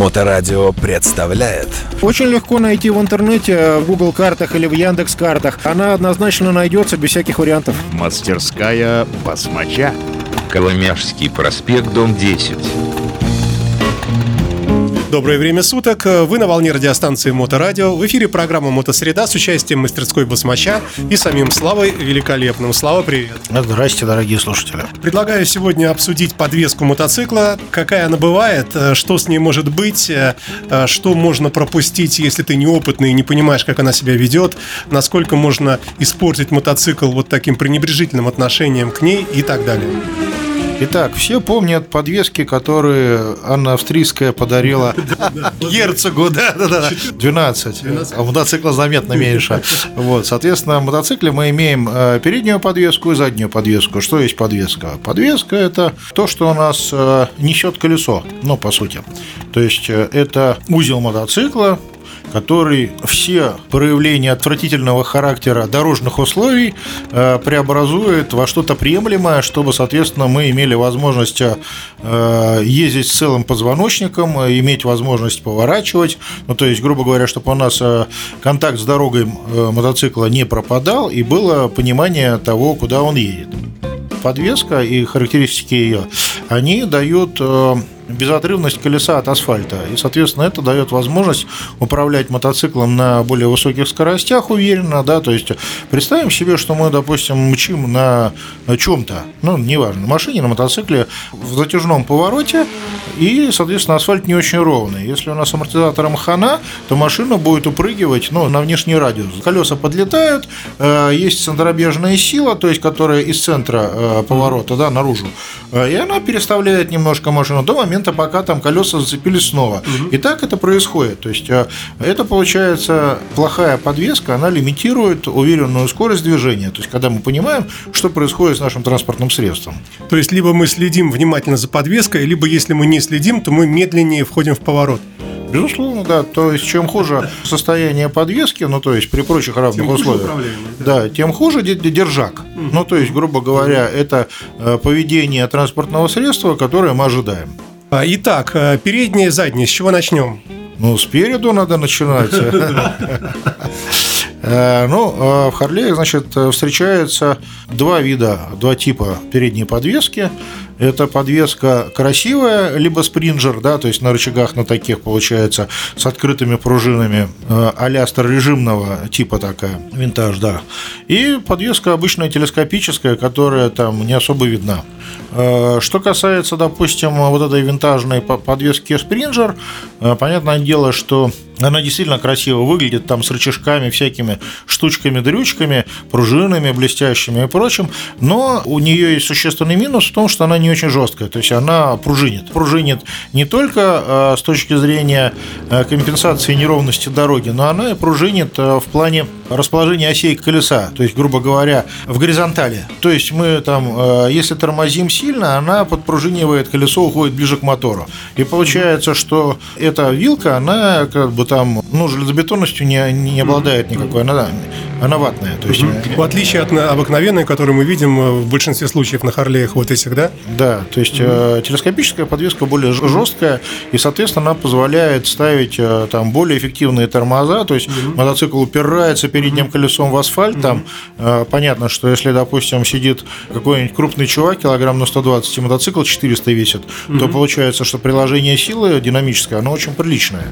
Моторадио представляет. Очень легко найти в интернете, в Google картах или в Яндекс картах. Она однозначно найдется без всяких вариантов. Мастерская басмача. Коломяжский проспект, дом 10. Доброе время суток. Вы на волне радиостанции Моторадио. В эфире программа «Мотосреда» с участием мастерской басмача и самим Славой Великолепным. Слава, привет. Здрасте, дорогие слушатели. Предлагаю сегодня обсудить подвеску мотоцикла. Какая она бывает, что с ней может быть, что можно пропустить, если ты неопытный и не понимаешь, как она себя ведет, насколько можно испортить мотоцикл вот таким пренебрежительным отношением к ней и так далее. Итак, все помнят подвески, которые Анна Австрийская подарила герцогу, 12, а мотоцикла заметно меньше. Вот, соответственно, в мотоцикле мы имеем переднюю подвеску и заднюю подвеску. Что есть подвеска? Подвеска – это то, что у нас несет колесо, ну, по сути. То есть, это узел мотоцикла, который все проявления отвратительного характера дорожных условий преобразует во что-то приемлемое, чтобы, соответственно, мы имели возможность ездить с целым позвоночником, иметь возможность поворачивать, ну, то есть, грубо говоря, чтобы у нас контакт с дорогой мотоцикла не пропадал и было понимание того, куда он едет. Подвеска и характеристики ее, они дают безотрывность колеса от асфальта. И, соответственно, это дает возможность управлять мотоциклом на более высоких скоростях уверенно, да, то есть представим себе, что мы, допустим, мчим на чем-то, ну, неважно, на машине, на мотоцикле в затяжном повороте, и, соответственно, асфальт не очень ровный. Если у нас амортизатором хана, то машина будет упрыгивать, ну, на внешний радиус. Колеса подлетают, есть центробежная сила, то есть, которая из центра поворота, да, наружу, и она переставляет немножко машину до момента, пока там колеса зацепились снова. И так это происходит. То есть это получается плохая подвеска, она лимитирует уверенную скорость движения. То есть когда мы понимаем, что происходит с нашим транспортным средством. То есть либо мы следим внимательно за подвеской, либо если мы не следим, то мы медленнее входим в поворот. Безусловно, да. То есть, чем хуже состояние подвески, ну, то есть, при прочих равных условиях, да, тем хуже держак. Ну, то есть, грубо говоря, это поведение транспортного средства, которое мы ожидаем. Итак, переднее и заднее. С чего начнем? Ну, спереду надо начинать. Ну, в Харлее, значит, встречаются два типа передней подвески. Это подвеска красивая, либо спринджер, да, то есть на рычагах на таких, получается, с открытыми пружинами, а-ля старорежимного типа такая, винтаж, да. И подвеска обычная телескопическая, которая там не особо видна. Что касается, допустим, вот этой винтажной подвески спринджер, понятное дело, что она действительно красиво выглядит, там с рычажками, всякими штучками-дрючками, пружинами блестящими и прочим, но у нее есть существенный минус в том, что она не очень жесткая, то есть она пружинит. Пружинит не только с точки зрения компенсации неровности дороги, но она и пружинит в плане расположения осей колеса, то есть, грубо говоря, в горизонтали. То есть мы там, если тормозим сильно, она подпружинивает колесо, уходит ближе к мотору. И получается, что эта вилка, она как бы там, ну, железобетонностью не обладает никакой, она ватная. То есть, в отличие от обыкновенной, которую мы видим в большинстве случаев на Харлеях вот этих, да? Да, то есть телескопическая подвеска более жесткая, и, соответственно, она позволяет ставить там более эффективные тормоза, то есть мотоцикл упирается передним колесом в асфальт, там понятно, что если, допустим, сидит какой-нибудь крупный чувак, килограмм на 120, и мотоцикл 400 весит, то получается, что приложение силы динамическое, оно очень приличное.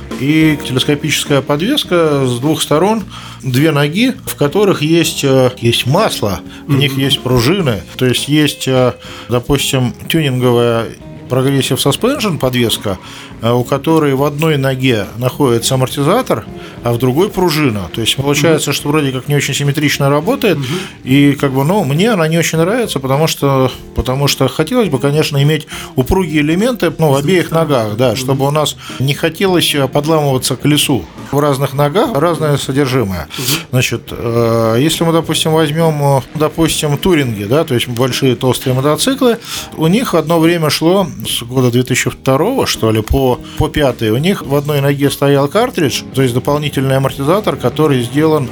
И телескопическая подвеска с двух сторон, две ноги, в которых есть масло, в них есть пружины, то есть есть, допустим, тюнинговая Progressive Suspension подвеска, у которой в одной ноге находится амортизатор, а в другой пружина. То есть получается, что вроде как не очень симметрично работает, и как бы, ну, мне она не очень нравится, потому что хотелось бы, конечно, иметь упругие элементы, ну, в обеих ногах, да, чтобы у нас не хотелось подламываться к колесу. В разных ногах разное содержимое. Значит, если мы, допустим, возьмем, туринги, да, то есть большие толстые мотоциклы, у них одно время шло с года 2002, что ли, по 5-й, у них в одной ноге стоял картридж, то есть дополнительный амортизатор, который сделан,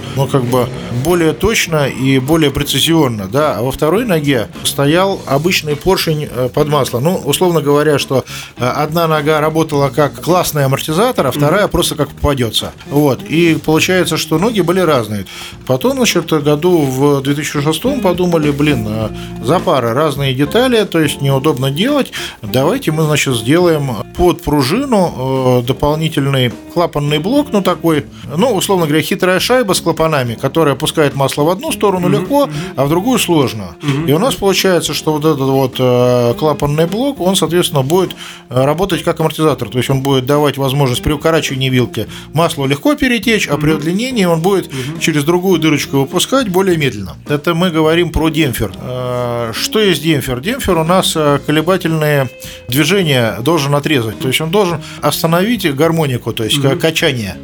более точно и более прецизионно, да, а во второй ноге стоял обычный поршень под масло. Условно говоря, что одна нога работала как классный амортизатор, а вторая просто как попадется. Вот. И получается, что ноги были разные. Потом, году в 2006 подумали, запары, разные детали, то есть неудобно делать. Давайте мы, сделаем под пружину дополнительный клапанный блок, такой, условно говоря, хитрая шайба с клапанами, которая пускает масло в одну сторону легко, а в другую сложно. И у нас получается, что вот этот клапанный блок, он, соответственно, будет работать как амортизатор, то есть он будет давать возможность при укорачивании вилки маслу легко перетечь, а при удлинении он будет через другую дырочку выпускать более медленно. Это мы говорим про демпфер. Что есть демпфер? Демпфер у нас колебательные движения должен отрезать, то есть он должен остановить гармонику, то есть качание.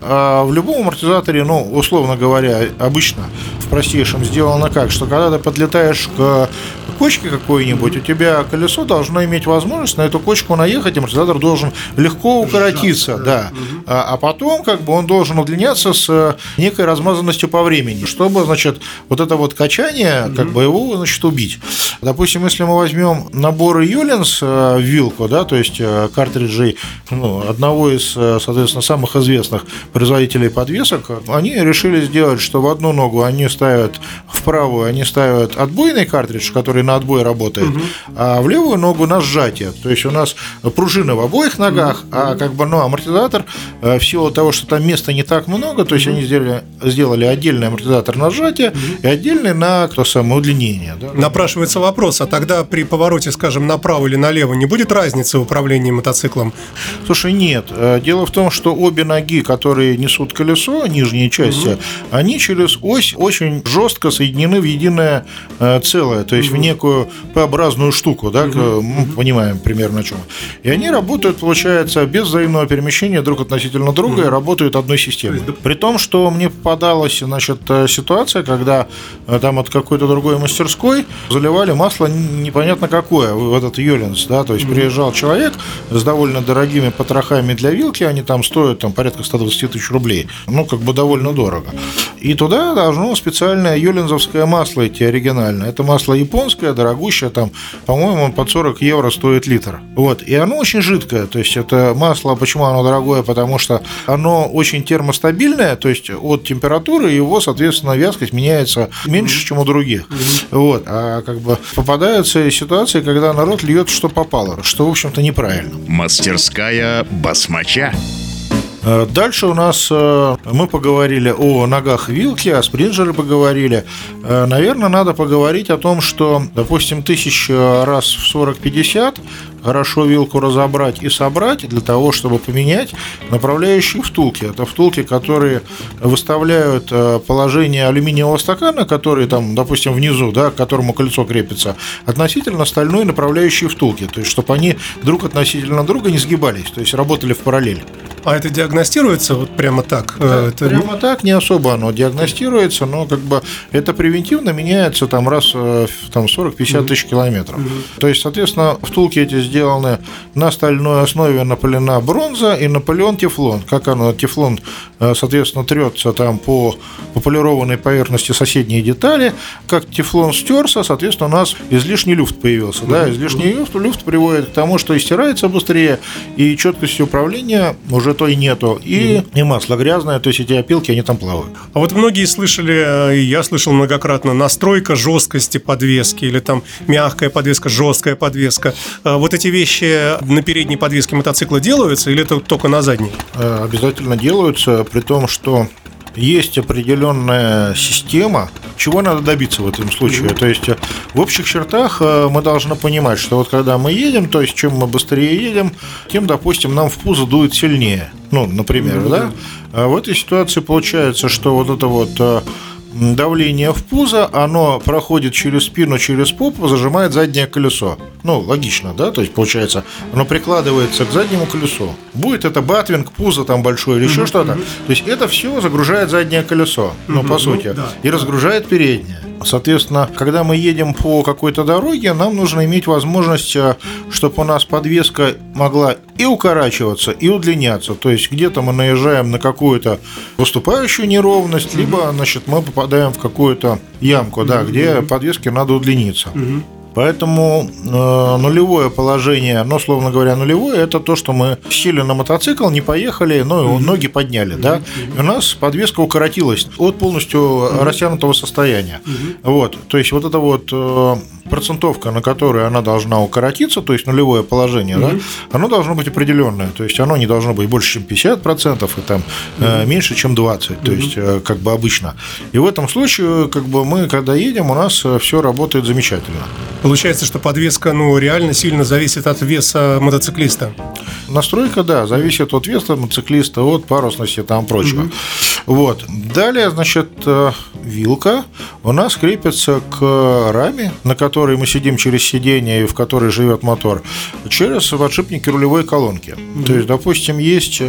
А в любом амортизаторе, условно говоря, обычно в простейшем сделано как, что когда ты подлетаешь к кочке какой-нибудь, у тебя колесо должно иметь возможность на эту кочку наехать, амортизатор должен легко укоротиться, да. А потом он должен удлиняться с некой размазанностью по времени, чтобы, вот это вот качание, его, убить. Допустим, если мы возьмем наборы Юленс в вилку, да, то есть картриджей одного из, соответственно, самых известных производителей подвесок, они решили сделать, что в одну ногу они ставят, в правую они ставят отбойный картридж, который на отбой работает, а в левую ногу на сжатие. То есть у нас пружины в обоих ногах, а амортизатор, в силу того, что там места не так много, то есть они сделали отдельный амортизатор на сжатие и отдельный на удлинение. Да? Напрашивается вопрос, а тогда при повороте, скажем, направо или налево не будет разницы в управлении мотоциклом? Слушай, нет. Дело в том, что обе ноги, которые несут колесо, нижние части, они через ось очень жестко соединены в единое целое, то есть в некую П-образную штуку, да, мы понимаем примерно о чем. И они работают, получается, без взаимного перемещения друг относительно друга и работают одной системой. При том, что мне попадалась, ситуация, когда там от какой-то другой мастерской заливали масло непонятно какое, в этот Юленс, да, то есть приезжал человек с довольно дорогими потрохами для вилки, они там стоят порядка 120 тысяч рублей, довольно дорого. И туда должно специальное юлензовское масло идти оригинальное. Это масло японское, дорогущее, по-моему, под 40 евро стоит литр. Вот. И оно очень жидкое, то есть это масло, почему оно дорогое? Потому что оно очень термостабильное, то есть от температуры его, соответственно, вязкость меняется меньше, чем у других. Вот. А попадаются ситуации, когда народ льет что попало, что, в общем-то, неправильно. Мастерская басмача. Дальше у нас мы поговорили о ногах вилки, о спринджере поговорили. Наверное, надо поговорить о том, что, допустим, 1000 раз в 40-50 хорошо вилку разобрать и собрать для того, чтобы поменять направляющие втулки. Это втулки, которые выставляют положение алюминиевого стакана, который допустим, внизу, да, к которому колесо крепится, относительно стальной направляющей втулки. То есть, чтобы они друг относительно друга не сгибались, то есть работали в параллель. А это диагностируется прямо так? Да, прямо так не особо оно диагностируется, но это превентивно меняется раз в 40-50 тысяч километров. То есть, соответственно, втулки эти сделаны на стальной основе, напылена бронза и напылен тефлон. Как тефлон, соответственно, трется по полированной поверхности соседней детали. Как тефлон стерся, соответственно, у нас излишний люфт появился. Да? Излишний люфт приводит к тому, что и стирается быстрее, и четкости управления уже то и нету, и масло грязное, то есть эти опилки, они там плавают. А вот многие слышали, и я слышал многократно, настройка жесткости подвески или мягкая подвеска, жесткая подвеска. Вот эти вещи на передней подвеске мотоцикла делаются или это только на задней? Обязательно делаются, при том, что есть определенная система, чего надо добиться в этом случае. То есть в общих чертах мы должны понимать, что когда мы едем, то есть чем мы быстрее едем, тем, допустим, нам в пузо дует сильнее. Например, да? А в этой ситуации получается, что это давление в пузо, оно проходит через спину, через попу, зажимает заднее колесо. Логично, да? То есть, получается, оно прикладывается к заднему колесу. Будет это батвинг, пузо большое или еще что-то. То есть, это все загружает заднее колесо, по сути, и разгружает переднее. Соответственно, когда мы едем по какой-то дороге, нам нужно иметь возможность, чтобы у нас подвеска могла и укорачиваться, и удлиняться. То есть где-то мы наезжаем на какую-то выступающую неровность, либо, значит, мы попадаем в какую-то ямку, да, где подвеске надо удлиниться. Поэтому нулевое положение, ну, условно говоря, нулевое, это то, что мы сели на мотоцикл, не поехали, но ноги подняли, да, и у нас подвеска укоротилась от полностью растянутого состояния. Вот, то есть вот эта вот процентовка, на которой она должна укоротиться, то есть нулевое положение, да, оно должно быть определенное, то есть оно не должно быть больше, чем 50%, и там меньше, чем 20%, то есть как бы обычно. И в этом случае, как бы мы, когда едем, у нас все работает замечательно. Получается, что подвеска, реально сильно зависит от веса мотоциклиста. Настройка, да, зависит от веса мотоциклиста, от парусности и там прочего. Вот. Далее, значит, вилка у нас крепится к раме, на которой мы сидим через сиденье и в которой живет мотор, через подшипники рулевой колонки. То есть, допустим, есть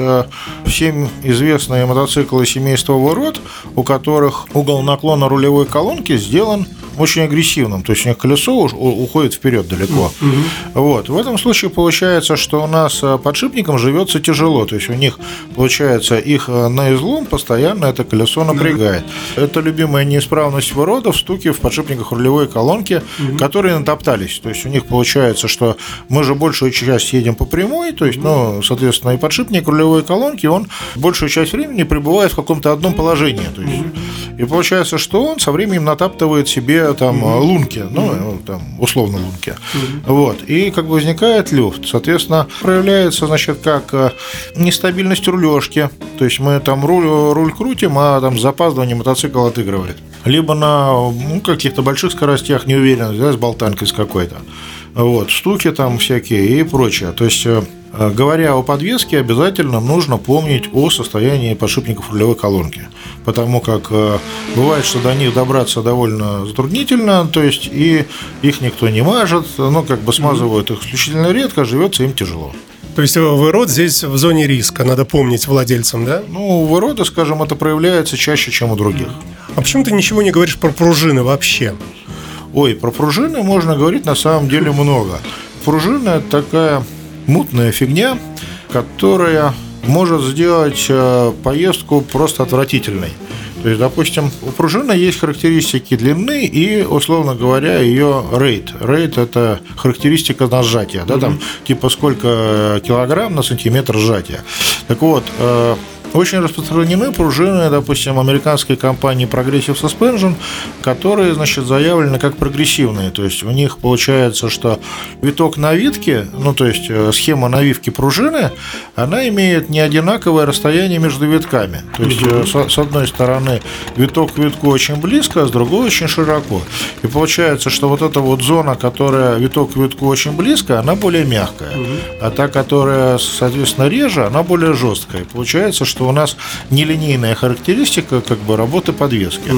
всем известные мотоциклы семейства Ворот, у которых угол наклона рулевой колонки сделан очень агрессивным, то есть у них колесо уходит вперед далеко. Вот. В этом случае получается, что у нас подшипникам живется тяжело, то есть у них получается их на излом постоянно это колесо напрягает. Это любимая неисправность Воротов, стуки в подшипниках рулевой колонки, которые натоптались. То есть у них получается, что мы же большую часть едем по прямой, то есть, соответственно, и подшипник рулевой колонки, он большую часть времени пребывает в каком-то одном положении. То есть, и получается, что он со временем натаптывает себе там лунки, там, условно лунки. Вот. И как бы возникает люфт. Соответственно, проявляется, значит, как нестабильность рулежки. То есть мы там руль крутим, а там с запаздыванием мотоцикл отыгрывает. Либо на каких-то больших скоростях неуверенность, да, с болтанкой с какой-то. Вот. Стуки там всякие и прочее. То есть, говоря о подвеске, обязательно нужно помнить о состоянии подшипников рулевой колонки, потому как бывает, что до них добраться довольно затруднительно, то есть и их никто не мажет, как бы смазывают их исключительно редко, живется им тяжело. То есть ВРОД здесь в зоне риска, надо помнить владельцам, да? У ВРОДа, скажем, это проявляется чаще, чем у других. А почему ты ничего не говоришь про пружины вообще? Ой, про пружины можно говорить на самом деле много. Пружина – это такая мутная фигня, которая может сделать поездку просто отвратительной. То есть, допустим, у пружины есть характеристики длины и, условно говоря, ее рейт. Рейт – это характеристика на сжатие, да, там типа сколько килограмм на сантиметр сжатия. Так вот, очень распространены пружины, допустим, американской компании Progressive Suspension, которые, значит, заявлены как прогрессивные. То есть у них получается, что виток навивки, то есть схема навивки пружины, она имеет не одинаковое расстояние между витками. То есть с одной стороны виток к витку очень близко, а с другой очень широко. И получается, что вот эта вот зона, которая виток к витку очень близко, она более мягкая. А та, которая, соответственно, реже, она более жесткая. И получается, что у нас нелинейная характеристика как бы работы подвески.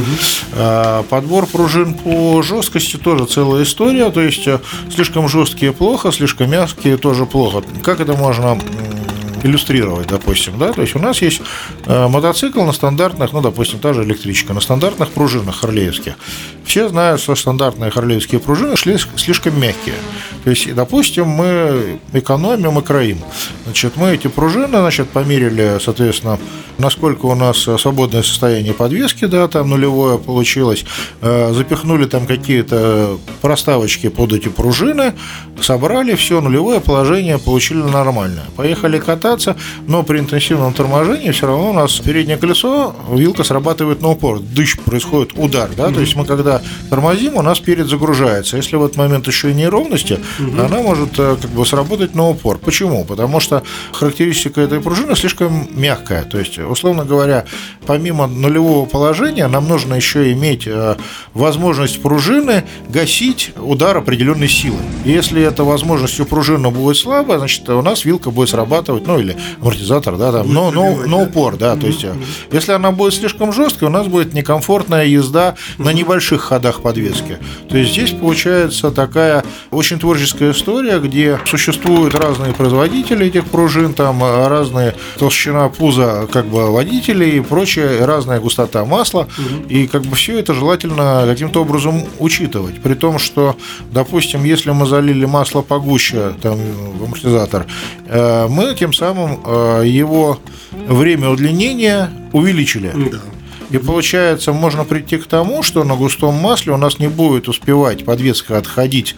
Подбор пружин по жесткости тоже целая история. То есть слишком жесткие плохо, слишком мягкие тоже плохо. Как это можно иллюстрировать, допустим, да, то есть у нас есть мотоцикл на стандартных, допустим, та же электричка, на стандартных пружинах харлеевских. Все знают, что стандартные харлеевские пружины слишком мягкие. То есть, допустим, мы экономим и кроим. Значит, мы эти пружины, значит, померили, соответственно, насколько у нас свободное состояние подвески, да, там нулевое получилось, запихнули там какие-то проставочки под эти пружины, собрали все, нулевое положение получили нормальное. Поехали кататься, но при интенсивном торможении все равно у нас переднее колесо, вилка срабатывает на упор, дыщ, происходит удар, да, то есть мы когда тормозим, у нас перед загружается. Если в этот момент еще и неровности, она может как бы сработать на упор. Почему? Потому что характеристика этой пружины слишком мягкая. То есть, условно говоря, помимо нулевого положения, нам нужно еще иметь возможность пружины гасить удар определенной силы. Если эта возможность у пружины будет слабая, значит, у нас вилка будет срабатывать, или амортизатор, да, там, но упор, да, то есть, если она будет слишком жесткой, у нас будет некомфортная езда на небольших ходах подвески. То есть здесь получается такая очень творческая история, где существуют разные производители этих пружин, там разная толщина пуза как бы водителей и прочее, разная густота масла, и как бы все это желательно каким-то образом учитывать. При том, что, допустим, если мы залили масло погуще там, в амортизатор, мы тем самым его время удлинения увеличили. И получается, можно прийти к тому, что на густом масле у нас не будет успевать подвеска отходить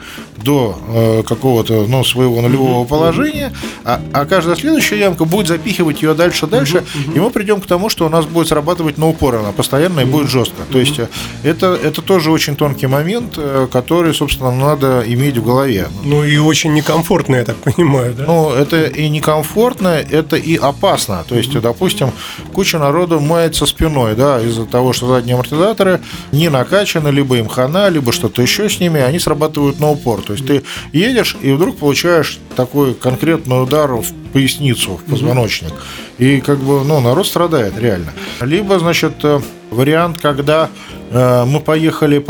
до какого-то своего нулевого положения, а каждая следующая ямка будет запихивать ее дальше, и мы придем к тому, что у нас будет срабатывать на упор, она постоянно и будет жестко. То есть это тоже очень тонкий момент, который, собственно, надо иметь в голове. Ну и очень некомфортно, я так понимаю, да? Ну, это и некомфортно, это и опасно. То есть, допустим, куча народу мается спиной, да, из-за того, что задние амортизаторы не накачаны, либо им хана, либо что-то еще с ними, они срабатывают на упор. То есть ты едешь и вдруг получаешь такой конкретный удар в поясницу, в позвоночник. И как бы, народ страдает реально. Либо, значит, вариант, когда мы поехали,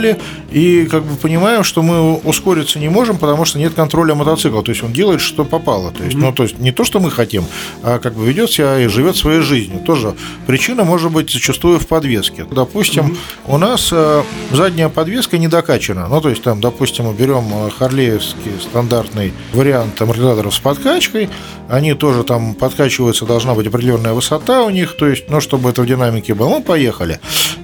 и как бы понимаем, что мы ускориться не можем, потому что нет контроля мотоцикла. То есть он делает, что попало. То есть, то есть не то, что мы хотим, а как бы ведет себя и живет своей жизнью. Тоже причина может быть зачастую в подвеске. Допустим, у нас задняя подвеска не докачана. То есть там, допустим, мы берем харлеевский стандартный вариант амортизаторов с подкачкой. Они тоже там подкачиваются, должна быть определенная высота у них. То есть, чтобы это в динамике было. Мы поехали.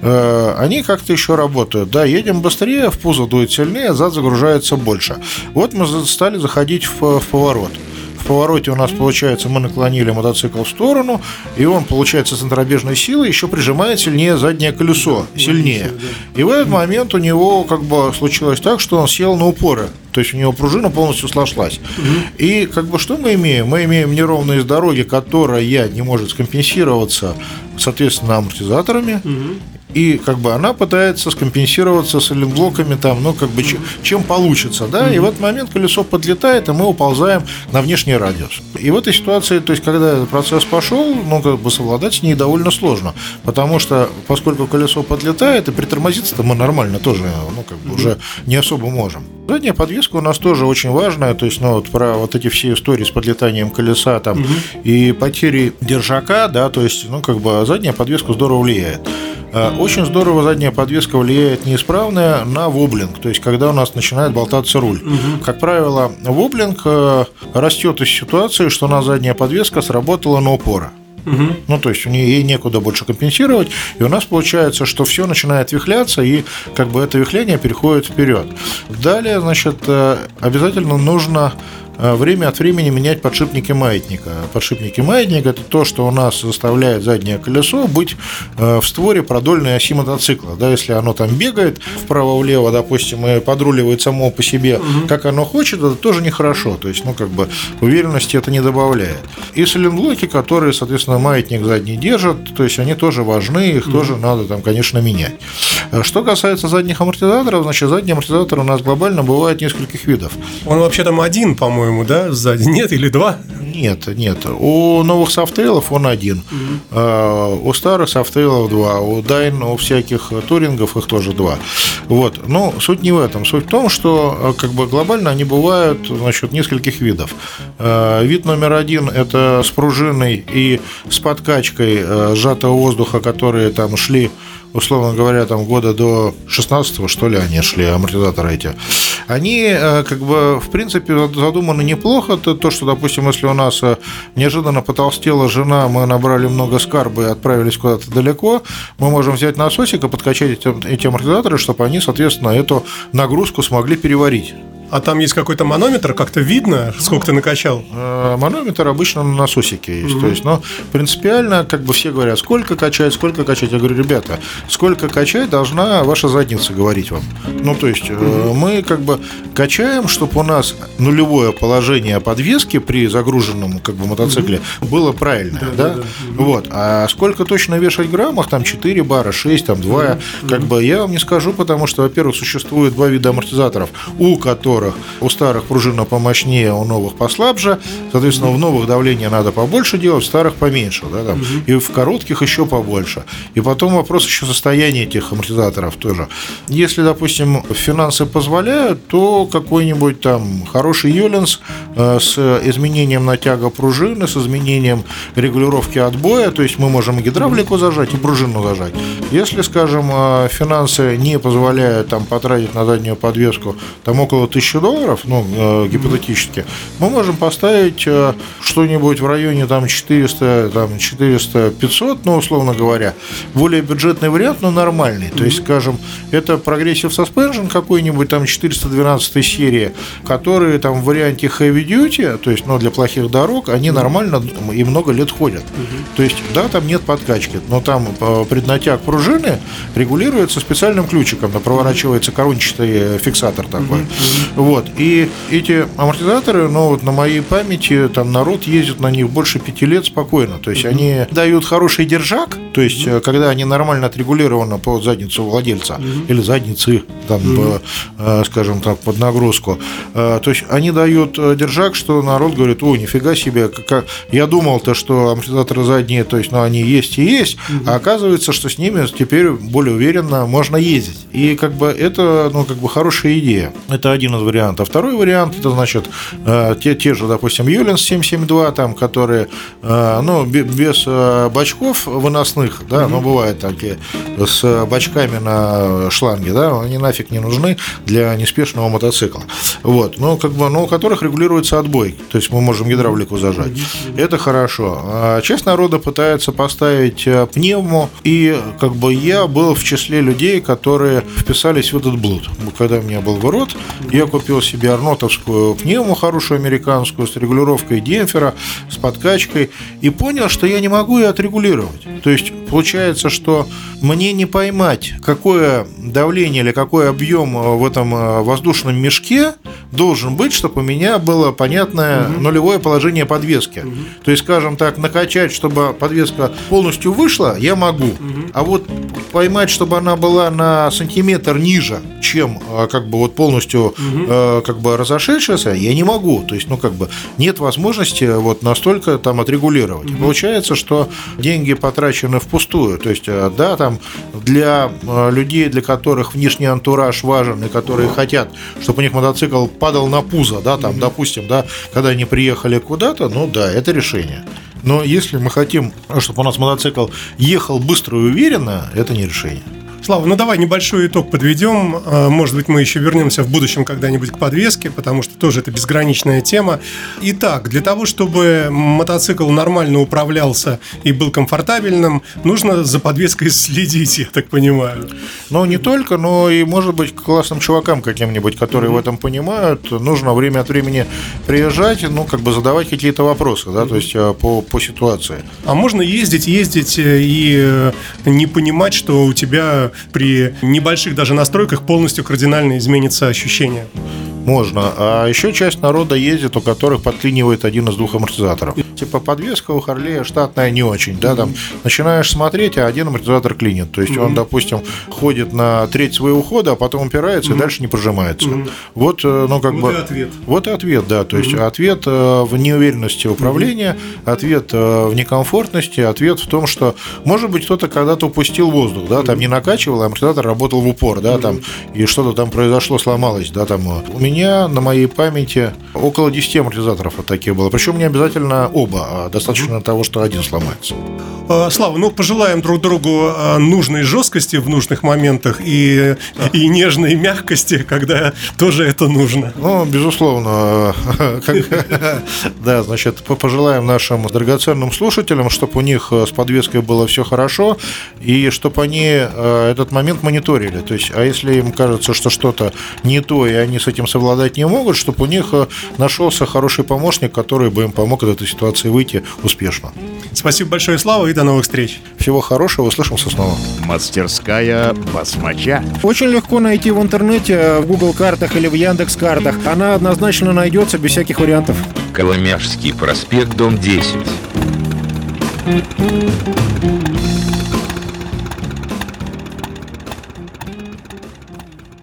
Они как-то еще работают. Да, едем быстрее, в пузо дует сильнее, зад загружается больше. Вот мы стали заходить в поворот. В повороте у нас, получается, мы наклонили мотоцикл в сторону, и он, получается, центробежной силой еще прижимает сильнее заднее колесо, сильнее. И в этот момент у него как бы случилось так, что он сел на упоры. То есть у него пружина полностью сошлась. И как бы что мы имеем? Мы имеем неровность дороги, которая не может скомпенсироваться, соответственно, амортизаторами. И как бы она пытается скомпенсироваться сайлентблоками там, как бы чем получится, да, и в этот момент колесо подлетает, и мы уползаем на внешний радиус. И в этой ситуации, то есть когда этот процесс пошел, как бы совладать с ней довольно сложно, потому что поскольку колесо подлетает, и притормозиться-то мы нормально тоже, как бы уже не особо можем. Задняя подвеска у нас тоже очень важная, то есть, про вот эти все истории с подлетанием колеса там и потерей держака, да, то есть, как бы задняя подвеска здорово влияет. Очень здорово задняя подвеска влияет неисправная на воблинг, то есть когда у нас начинает болтаться руль. Как правило, воблинг растет из ситуации, что у нас задняя подвеска сработала на упоры. То есть ей некуда больше компенсировать, и у нас получается, что все начинает вихляться, и как бы это вихление переходит вперед. Далее, значит, обязательно нужно время от времени менять подшипники маятника. Подшипники маятника – это то, что у нас заставляет заднее колесо быть в створе продольной оси мотоцикла. Да, если оно там бегает вправо-влево, допустим, и подруливает само по себе, как оно хочет, это тоже нехорошо. То есть, как бы уверенности это не добавляет. И сайлентблоки, которые, соответственно, маятник задний держат, то есть они тоже важны, их тоже надо там, конечно, менять. Что касается задних амортизаторов, значит, задний амортизатор у нас глобально бывает нескольких видов. Он вообще там один, по-моему, да, сзади? Нет, или два? Нет. У новых софтейлов он один. У старых софтейлов два. У Дайн, у всяких турингов их тоже два. Вот. Но суть не в этом. Суть в том, что как бы глобально они бывают, значит, нескольких видов. Вид номер один – это с пружиной и с подкачкой сжатого воздуха, которые там шли, условно говоря, там года до 16-го, что ли, они шли, амортизаторы эти. Они, как бы, в принципе, задуманы неплохо. То, что, допустим, если у нас неожиданно потолстела жена, мы набрали много скарба и отправились куда-то далеко, мы можем взять насосик и подкачать эти амортизаторы, чтобы они, соответственно, эту нагрузку смогли переварить. А там есть какой-то манометр, как-то видно, сколько ты накачал? Манометр обычно на насосике есть. То есть, принципиально, как бы все говорят, сколько качать. Я говорю, ребята, сколько качать должна ваша задница говорить вам. То есть, мы как бы качаем, чтобы у нас нулевое положение подвески при загруженном как бы мотоцикле было правильное, да? Вот. А сколько точно вешать в граммах, там 4 бара, 6, там 2, как бы я вам не скажу, потому что, во-первых, существует два вида амортизаторов, у которых которых у старых пружина помощнее, у новых послабже. Соответственно, в новых давление надо побольше делать, в старых поменьше, да, там, и в коротких еще побольше. И потом вопрос еще состояния этих амортизаторов тоже. Если, допустим, финансы позволяют, то какой-нибудь там хороший Йоленс с изменением натяга пружины, с изменением регулировки отбоя, то есть мы можем и гидравлику зажать, и пружину зажать. Если, скажем, финансы не позволяют там потратить на заднюю подвеску там около $1000, ну, гипотетически, мы можем поставить что-нибудь в районе там 400, там 400-500, ну, условно говоря, более бюджетный вариант, но нормальный. То есть, скажем, это Progressive Suspension какой-нибудь там 412 серии, которые там в варианте Heavy Duty, то есть, ну, для плохих дорог, они нормально и много лет ходят. То есть, да, там нет подкачки, но там преднатяг пружины регулируется специальным ключиком, проворачивается корончатый фиксатор такой. Вот. И эти амортизаторы, ну, вот на моей памяти, там народ ездит на них больше 5 лет спокойно. То есть, они дают хороший держак, то есть, когда они нормально отрегулированы под задницу владельца или задницы, там, скажем так, под нагрузку. То есть, они дают держак, что народ говорит: о, нифига себе, я думал-то, что амортизаторы задние, то есть, ну, они есть и есть, а оказывается, что с ними теперь более уверенно можно ездить. И как бы это, ну, как бы хорошая идея. Это один из вариантов. Второй вариант, это, значит, те же, допустим, Йоленс 772, там, которые, ну, без бачков выносных, да, но бывают такие, с бачками на шланге, да, они нафиг не нужны для неспешного мотоцикла. Вот, но как бы, но у которых регулируется отбой, то есть мы можем гидравлику зажать. Это хорошо. А часть народа пытается поставить пневму, и как бы я был в числе людей, которые вписались в этот блуд. Когда у меня был вырод, я купил себе арнотовскую пневму, хорошую американскую, с регулировкой демпфера, с подкачкой, и понял, что я не могу ее отрегулировать. То есть получается, что мне не поймать, какое давление или какой объем в этом воздушном мешке должен быть, чтобы у меня было понятное нулевое положение подвески. То есть, скажем так, накачать, чтобы подвеска полностью вышла, я могу. А вот поймать, чтобы она была на сантиметр ниже, чем как бы вот полностью как бы разошедшаяся, я не могу. То есть, ну, как бы нет возможности вот настолько там отрегулировать. Получается, что деньги потрачены впустую. То есть, да, там для людей, для которых внешний антураж важен, и которые хотят, чтобы у них мотоцикл падал на пузо, да, там, допустим, да, когда они приехали куда-то, ну да, это решение. Но если мы хотим, чтобы у нас мотоцикл ехал быстро и уверенно, это не решение. Слава, ну давай небольшой итог подведем. Может быть, мы еще вернемся в будущем когда-нибудь к подвеске, потому что тоже это безграничная тема. Итак, для того, чтобы мотоцикл нормально управлялся и был комфортабельным, нужно за подвеской следить, я так понимаю. Ну, не только, но и, может быть, классным чувакам каким-нибудь, которые в этом понимают, нужно время от времени приезжать, ну, как бы задавать какие-то вопросы, да, то есть по ситуации. А можно ездить и не понимать, что у тебя при небольших даже настройках полностью кардинально изменится ощущение? Можно. А еще часть народа ездит, у которых подклинивает один из двух амортизаторов. Типа подвеска у Харлея штатная не очень, да, там начинаешь смотреть, а один амортизатор клинит. То есть он, допустим, ходит на треть своего хода, а потом упирается и дальше не прожимается. Вот, ну, как бы... Вот и ответ. Вот и ответ, да. То есть ответ в неуверенности управления, ответ в некомфортности, ответ в том, что, может быть, кто-то когда-то упустил воздух, да, там не накачивал, а амортизатор работал в упор, да, там, и что-то там произошло, сломалось, да, там. У меня на моей памяти около 10 амортизаторов вот таких было. Причем не обязательно оба, а достаточно того, что один сломается. Слава, ну пожелаем друг другу нужной жесткости в нужных моментах и нежной мягкости, когда тоже это нужно. Ну, безусловно. Да, значит, пожелаем нашим драгоценным слушателям, чтобы у них с подвеской было все хорошо, и чтобы они этот момент мониторили. То есть, а если им кажется, что что-то не то, и они с этим совладать не могут, чтобы у них нашелся хороший помощник, который бы им помог из этой ситуации выйти успешно. Спасибо большое, Слава, и до новых встреч. Всего хорошего, услышимся снова. Мастерская басмача. Очень легко найти в интернете, в Google картах или в Яндекс картах. Она однозначно найдется без всяких вариантов. Коломяжский проспект, дом 10.